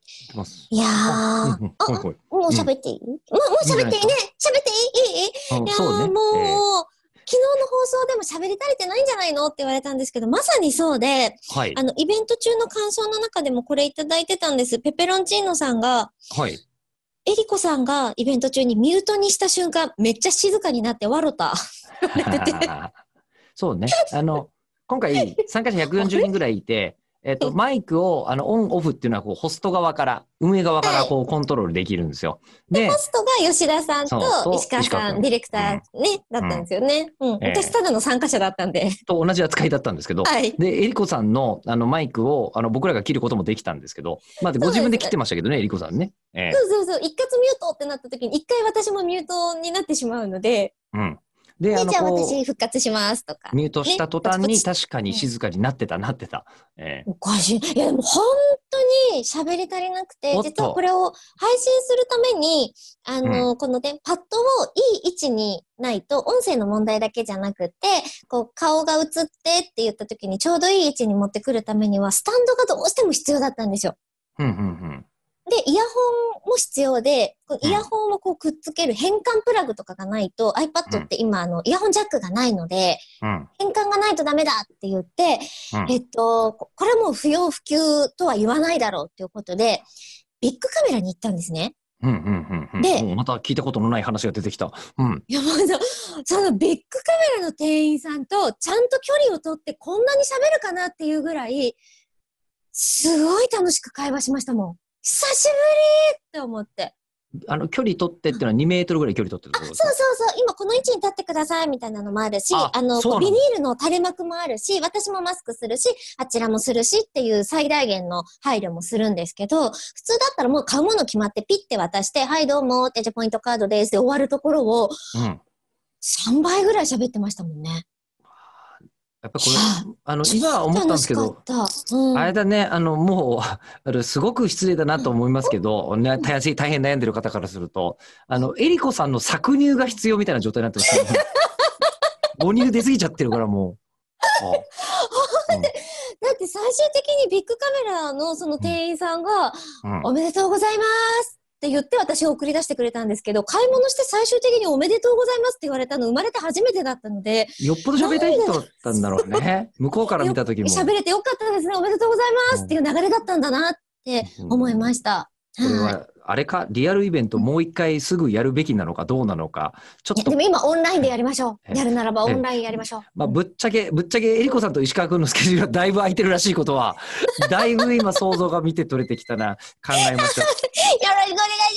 いきます。 いやー、 はいはい。 もううん。 喋っていい？もう喋っていいね。喋っていい？いやそうね。 ー、もう、昨日の放送でも喋り足りてないんじゃないのって言われたんですけど、まさにそうで、 はい。 イベント中の感想の中でもこれいただいてたんです。ペペロンチーノさんが、 はい。 エリコさんがイベント中にミュートにした瞬間、めっちゃ静かになって笑った。言われてて。 そうね。今回参加者140 あれ人ぐらいいて、マイクをオンオフっていうのはこうホスト側から、運営側からはい。 こうコントロールできるんですよ。 で、ホで、 ストが吉田さんとそう、 石川さん、 石川くん。 ディレクタうん。 ーね、だったんうん。 ですよね。うん。私ただの参加者だったんで。 と同じ扱いだったんですけど、 はい。 で、エリコさんのマイクを僕らが切ることもできたんですけど、まあ、ご自分で切ってそうです。 ましたけどね、エリコさんね。 そうそうそう。一括ミュートってなった時に、一回私もミュートになってしまうので、 うん。で、 で、じゃあ私復活しますとか。 ミュートしね。 た途端ポチポチ。 に確かにうん。 静かになってた、なってた。 おかしい。いや、でも本当に喋り足りなくて、実はこおっと、 れを配信するために、 うん、 このね、パッドをいい位置にないと、音声の問題だけじゃなくて、こう、顔が映ってって言った時にちょうどいい位置に持ってくるためには、スタンドがどうしても必要だったんですよ。 うん、うん、 で、イヤホンも必要で、こうイヤうん、 ホンをこうくっつける変換プラグとかがないとう iPad っん、 て今イヤホンジャックがないので、 うん、 変換がないとダメだって言って、 うん、 これも不要不急とは言わないだろうっていうことで、ビッグカメラに行ったんですね。 うん、うん、うん、うん。 で、 もうまた聞いたことのない話が出てきた。うん。 いやもうそのビッグカメラの店員さんとちゃんと距離をとってこんなに喋るかなっていうぐらい、すごい楽しく会話しましたもん。久しぶりって思って。 距離取ってっていうのは2メートルぐらい距離取ってるってことですか？ そうそうそう、今この位置に立ってくださいみたいなのもあるし、 あ、 こうビニそうなんだ。 ールの垂れ幕もあるし、私もマスクするし、あちらもするしっていう最大限の配慮もするんですけど、普通だったらもう買うもの決まってピッて渡して、はいどうもってじゃポイントカードですで終わるところをうん。 3倍ぐらい喋ってましたもんね。 やっぱこれ、 いや、 今思超楽しったんですけど、 かった。うん。 あれだね、もう、すごく失礼だなと思いますけど、ね、大変悩んでる方からすると、エリコさんの搾乳が必要みたいな状態になってますよね。母乳出過ぎちゃってるからもう。あ、うん、 だって最終的にビッグカメラのそのうん、 店員さんが、 うん。 おめでとうございますって言って私を送り出してくれたんですけど、買い物して最終的におめでとうございますって言われたの生まれて初めてだったので、 よっぽどなん喋りたい人だっで、 たんだろうね。向こうから見た時も。 喋れてよかったですね、おめでとうございまうん、 すっていう流れだったんだなって思いうん、 ました。はい。 これは、あれか、リアルイベントもう一回すぐやるべきなのかどうなのか、ちょいや、でもっと、 今オンラインでやりましょう。 えやるならばオンえラインやりましょまあ、 う。うん、 ぶっちゃけ、エリコさんと石川君のスケジュールはだいぶ空いてるらしいことは、だいぶ今想像が見て取れてきたな。考えましょう。 よろしくお願いします。